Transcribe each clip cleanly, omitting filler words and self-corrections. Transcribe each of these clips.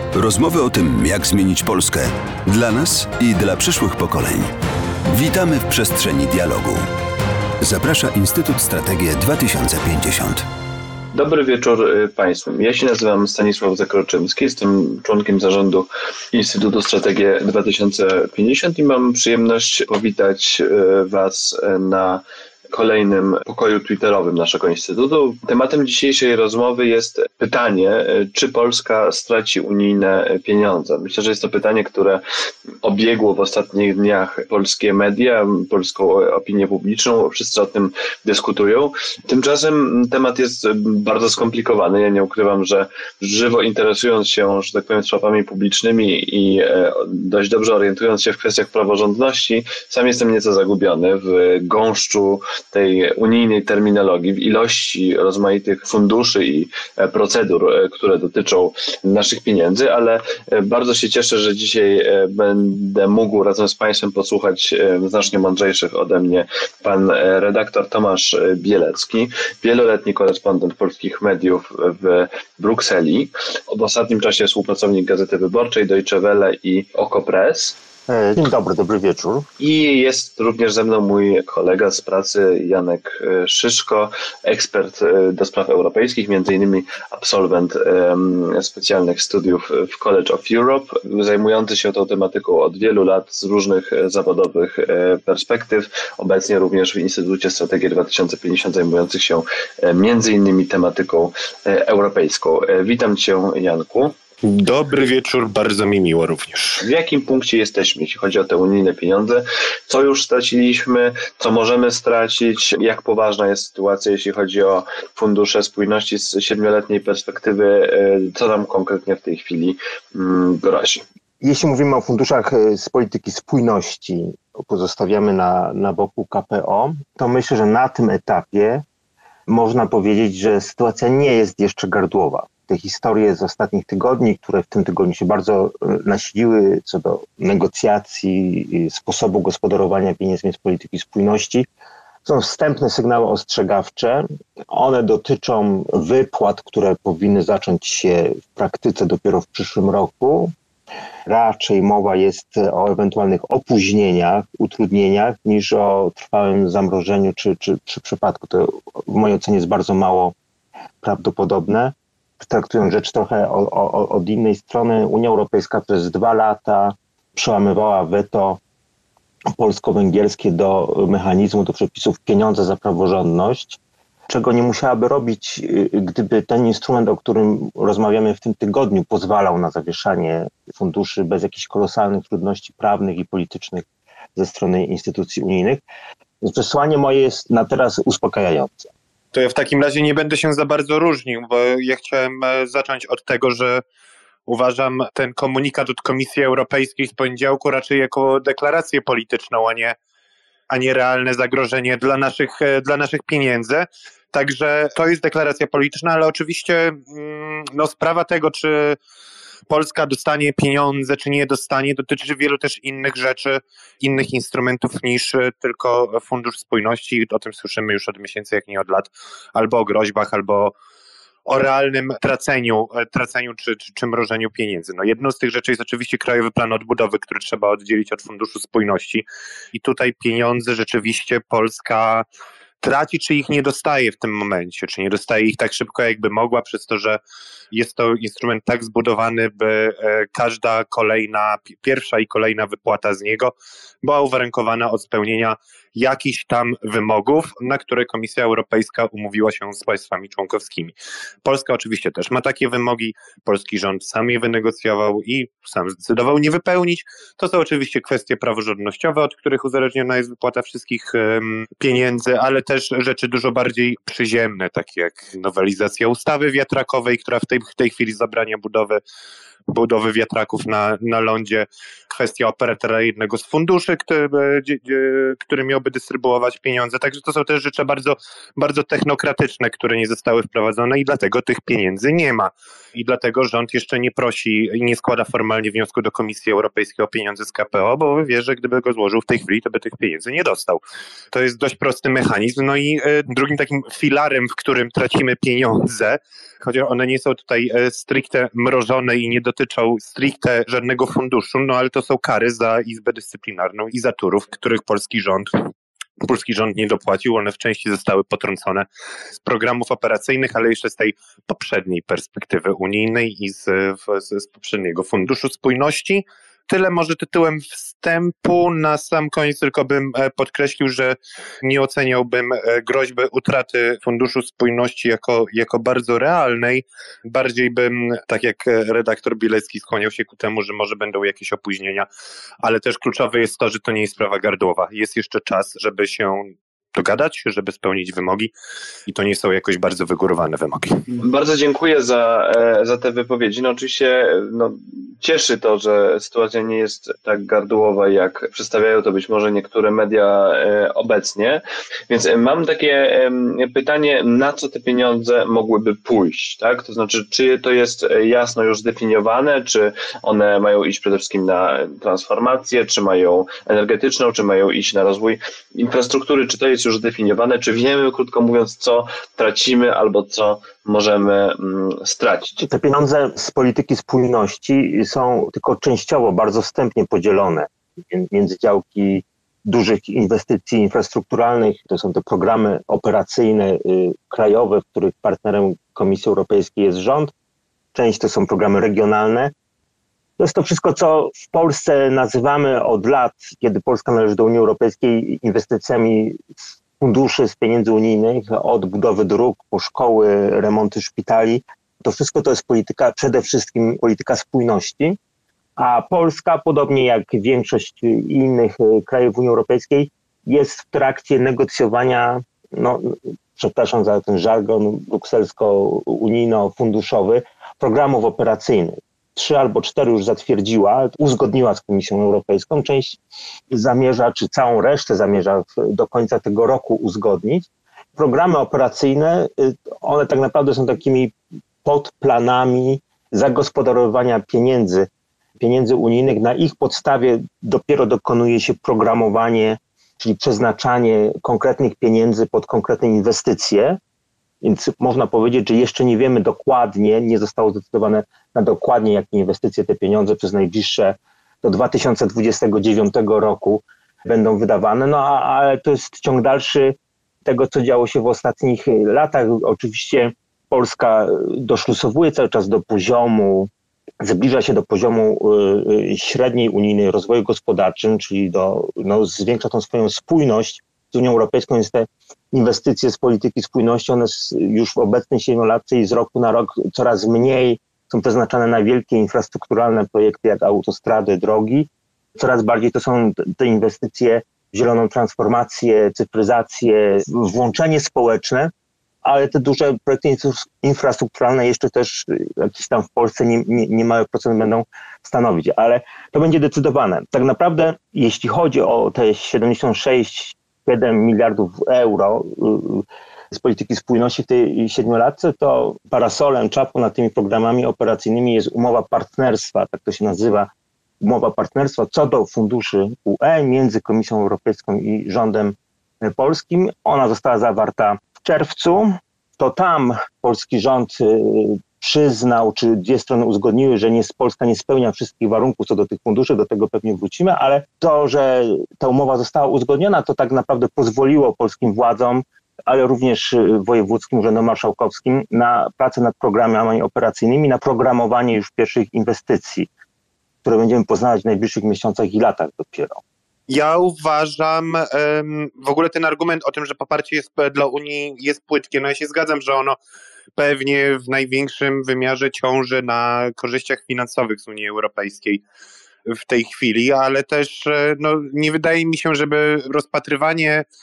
Rozmowy o tym, jak zmienić Polskę dla nas i dla przyszłych pokoleń. Witamy w przestrzeni dialogu. Zaprasza Instytut Strategie 2050. Dobry wieczór Państwu. Ja się nazywam Stanisław Zakroczymski, jestem członkiem zarządu Instytutu Strategie 2050 i mam przyjemność powitać Was na kolejnym pokoju twitterowym naszego Instytutu. Tematem dzisiejszej rozmowy jest pytanie, czy Polska straci unijne pieniądze. Myślę, że jest to pytanie, które obiegło w ostatnich dniach polskie media, polską opinię publiczną. Wszyscy o tym dyskutują. Tymczasem temat jest bardzo skomplikowany. Ja nie ukrywam, że żywo interesując się, że tak powiem, sprawami publicznymi i dość dobrze orientując się w kwestiach praworządności, sam jestem nieco zagubiony w gąszczu tej unijnej terminologii, w ilości rozmaitych funduszy i procedur, które dotyczą naszych pieniędzy, ale bardzo się cieszę, że dzisiaj będę mógł razem z Państwem posłuchać znacznie mądrzejszych ode mnie pan redaktor Tomasz Bielecki, wieloletni korespondent polskich mediów w Brukseli, w ostatnim czasie współpracownik Gazety Wyborczej, Deutsche Welle i Okopres. Dzień dobry, dobry wieczór. I jest również ze mną mój kolega z pracy Janek Szyszko, ekspert do spraw europejskich, między innymi absolwent specjalnych studiów w College of Europe, zajmujący się tą tematyką od wielu lat z różnych zawodowych perspektyw, obecnie również w Instytucie Strategii 2050 zajmujących się między innymi tematyką europejską. Witam Cię, Janku. Dobry wieczór, bardzo mi miło również. W jakim punkcie jesteśmy, jeśli chodzi o te unijne pieniądze? Co już straciliśmy? Co możemy stracić? Jak poważna jest sytuacja, jeśli chodzi o fundusze spójności z 7-letniej perspektywy? Co nam konkretnie w tej chwili grozi? Jeśli mówimy o funduszach z polityki spójności, pozostawiamy na boku KPO, to myślę, że na tym etapie można powiedzieć, że sytuacja nie jest jeszcze gardłowa. Te historie z ostatnich tygodni, które w tym tygodniu się bardzo nasiliły co do negocjacji, sposobu gospodarowania pieniędzmi z polityki spójności, są wstępne sygnały ostrzegawcze. One dotyczą wypłat, które powinny zacząć się w praktyce dopiero w przyszłym roku. Raczej mowa jest o ewentualnych opóźnieniach, utrudnieniach niż o trwałym zamrożeniu czy przypadku. To w mojej ocenie jest bardzo mało prawdopodobne. Traktując rzecz trochę od innej strony, Unia Europejska przez 2 lata przełamywała weto polsko-węgierskie do mechanizmu, do przepisów pieniądze za praworządność, czego nie musiałaby robić, gdyby ten instrument, o którym rozmawiamy w tym tygodniu, pozwalał na zawieszanie funduszy bez jakichś kolosalnych trudności prawnych i politycznych ze strony instytucji unijnych. Więc przesłanie moje jest na teraz uspokajające. To ja w takim razie nie będę się za bardzo różnił, bo ja chciałem zacząć od tego, że uważam ten komunikat od Komisji Europejskiej z poniedziałku raczej jako deklarację polityczną, a nie realne zagrożenie dla naszych pieniędzy. Także to jest deklaracja polityczna, ale oczywiście sprawa tego, czy Polska dostanie pieniądze, czy nie dostanie, dotyczy wielu też innych rzeczy, innych instrumentów niż tylko Fundusz Spójności. O tym słyszymy już od miesięcy, jak nie od lat, albo o groźbach, albo o realnym traceniu czy mrożeniu pieniędzy. Jedną z tych rzeczy jest oczywiście Krajowy Plan Odbudowy, który trzeba oddzielić od Funduszu Spójności i tutaj pieniądze rzeczywiście Polska traci, czy ich nie dostaje w tym momencie, czy nie dostaje ich tak szybko, jakby mogła, przez to, że jest to instrument tak zbudowany, by każda pierwsza i kolejna wypłata z niego była uwarunkowana od spełnienia jakichś tam wymogów, na które Komisja Europejska umówiła się z państwami członkowskimi. Polska oczywiście też ma takie wymogi, polski rząd sam je wynegocjował i sam zdecydował nie wypełnić. To są oczywiście kwestie praworządnościowe, od których uzależniona jest wypłata wszystkich pieniędzy, ale też rzeczy dużo bardziej przyziemne, takie jak nowelizacja ustawy wiatrakowej, która w tej chwili zabrania budowy wiatraków na lądzie, kwestia operatora jednego z funduszy, który miałby dystrybuować pieniądze. Także to są też rzeczy bardzo, bardzo technokratyczne, które nie zostały wprowadzone i dlatego tych pieniędzy nie ma. I dlatego rząd jeszcze nie prosi i nie składa formalnie wniosku do Komisji Europejskiej o pieniądze z KPO, bo wie, że gdyby go złożył w tej chwili, to by tych pieniędzy nie dostał. To jest dość prosty mechanizm. No i drugim takim filarem, w którym tracimy pieniądze, chociaż one nie są tutaj stricte mrożone i nie dotyczą stricte żadnego funduszu, no ale to są kary za Izbę Dyscyplinarną i za Turów, których polski rząd nie dopłacił. One w części zostały potrącone z programów operacyjnych, ale jeszcze z tej poprzedniej perspektywy unijnej i z poprzedniego Funduszu Spójności. Tyle może tytułem wstępu. Na sam koniec tylko bym podkreślił, że nie oceniałbym groźby utraty Funduszu Spójności jako bardzo realnej. Bardziej bym, tak jak redaktor Bielecki, skłaniał się ku temu, że może będą jakieś opóźnienia, ale też kluczowe jest to, że to nie jest sprawa gardłowa. Jest jeszcze czas, żeby się dogadać, żeby spełnić wymogi i to nie są jakoś bardzo wygórowane wymogi. Bardzo dziękuję za te wypowiedzi. No oczywiście cieszy to, że sytuacja nie jest tak gardłowa, jak przedstawiają to być może niektóre media obecnie. Więc mam takie pytanie, na co te pieniądze mogłyby pójść, tak? To znaczy, czy to jest jasno już zdefiniowane, czy one mają iść przede wszystkim na transformację, czy mają energetyczną, czy mają iść na rozwój infrastruktury, czy to jest już zdefiniowane, czy wiemy, krótko mówiąc, co tracimy albo co możemy stracić. Te pieniądze z polityki spójności są tylko częściowo, bardzo wstępnie podzielone między działki dużych inwestycji infrastrukturalnych. To są te programy operacyjne krajowe, w których partnerem Komisji Europejskiej jest rząd. Część to są programy regionalne. To jest to wszystko, co w Polsce nazywamy od lat, kiedy Polska należy do Unii Europejskiej, inwestycjami z funduszy, z pieniędzy unijnych, od budowy dróg, po szkoły, remonty szpitali. To wszystko to jest polityka, przede wszystkim polityka spójności, a Polska, podobnie jak większość innych krajów Unii Europejskiej, jest w trakcie negocjowania, przepraszam za ten żargon brukselsko-unijno-funduszowy, programów operacyjnych. 3 albo 4 już zatwierdziła, uzgodniła z Komisją Europejską. Część zamierza, czy całą resztę zamierza do końca tego roku uzgodnić. Programy operacyjne, one tak naprawdę są takimi podplanami zagospodarowania pieniędzy unijnych. Na ich podstawie dopiero dokonuje się programowanie, czyli przeznaczanie konkretnych pieniędzy pod konkretne inwestycje. Więc można powiedzieć, że jeszcze nie wiemy dokładnie, nie zostało zdecydowane na dokładnie, jakie inwestycje te pieniądze przez najbliższe do 2029 roku będą wydawane. Ale to jest ciąg dalszy tego, co działo się w ostatnich latach. Oczywiście Polska doszlusowuje cały czas do poziomu, zbliża się do poziomu średniej unijnej rozwoju gospodarczym, czyli zwiększa tą swoją spójność z Unią Europejską. Jest te inwestycje z polityki spójności, one już w obecnej 7-latce i z roku na rok coraz mniej są przeznaczane na wielkie infrastrukturalne projekty jak autostrady, drogi. Coraz bardziej to są te inwestycje w zieloną transformację, cyfryzację, włączenie społeczne, ale te duże projekty infrastrukturalne jeszcze też jakieś tam w Polsce niemały procent będą stanowić, ale to będzie decydowane. Tak naprawdę, jeśli chodzi o te 76 7 miliardów euro z polityki spójności w tej 7-latce, to parasolem, czapą nad tymi programami operacyjnymi jest umowa partnerstwa, tak to się nazywa, umowa partnerstwa co do funduszy UE między Komisją Europejską i rządem polskim. Ona została zawarta w czerwcu. To tam polski rząd przyznał, czy dwie strony uzgodniły, że Polska nie spełnia wszystkich warunków co do tych funduszy, do tego pewnie wrócimy, ale to, że ta umowa została uzgodniona, to tak naprawdę pozwoliło polskim władzom, ale również wojewódzkim, urzędom marszałkowskim na pracę nad programami operacyjnymi, na programowanie już pierwszych inwestycji, które będziemy poznawać w najbliższych miesiącach i latach dopiero. Ja uważam, w ogóle ten argument o tym, że poparcie jest dla Unii jest płytkie, ja się zgadzam, że ono pewnie w największym wymiarze ciąży na korzyściach finansowych z Unii Europejskiej w tej chwili, ale też nie wydaje mi się, żeby rozpatrywanie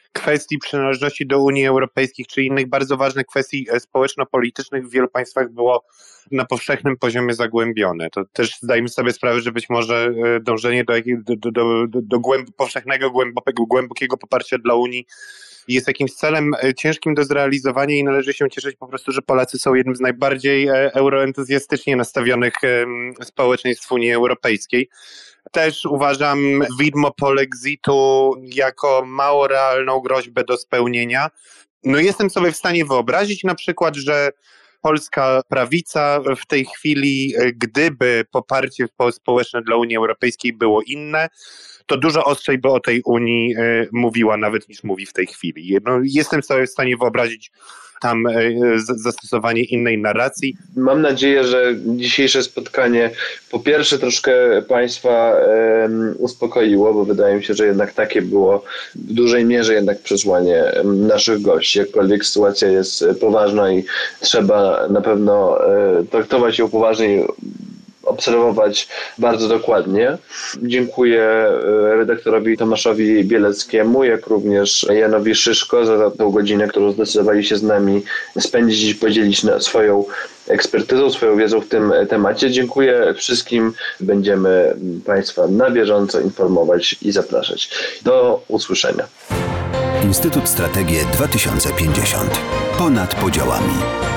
kwestii przynależności do Unii Europejskiej czy innych bardzo ważnych kwestii społeczno-politycznych w wielu państwach było na powszechnym poziomie zagłębione. To też zdajemy sobie sprawę, że być może dążenie do powszechnego, głębokiego poparcia dla Unii jest jakimś celem ciężkim do zrealizowania i należy się cieszyć po prostu, że Polacy są jednym z najbardziej euroentuzjastycznie nastawionych społeczeństw Unii Europejskiej. Też uważam widmo polexitu jako mało realną groźbę do spełnienia. No jestem sobie w stanie wyobrazić na przykład, że polska prawica w tej chwili, gdyby poparcie społeczne dla Unii Europejskiej było inne, to dużo ostrzej by o tej Unii mówiła nawet niż mówi w tej chwili. No, jestem sobie w stanie wyobrazić tam zastosowanie innej narracji. Mam nadzieję, że dzisiejsze spotkanie po pierwsze troszkę Państwa uspokoiło, bo wydaje mi się, że jednak takie było w dużej mierze jednak przesłanie naszych gości. Jakkolwiek sytuacja jest poważna i trzeba na pewno traktować ją poważnie, obserwować bardzo dokładnie. Dziękuję redaktorowi Tomaszowi Bieleckiemu, jak również Janowi Szyszko za tę godzinę, którą zdecydowali się z nami spędzić i podzielić swoją ekspertyzą, swoją wiedzą w tym temacie. Dziękuję wszystkim. Będziemy Państwa na bieżąco informować i zapraszać. Do usłyszenia. Instytut Strategie 2050. Ponad podziałami.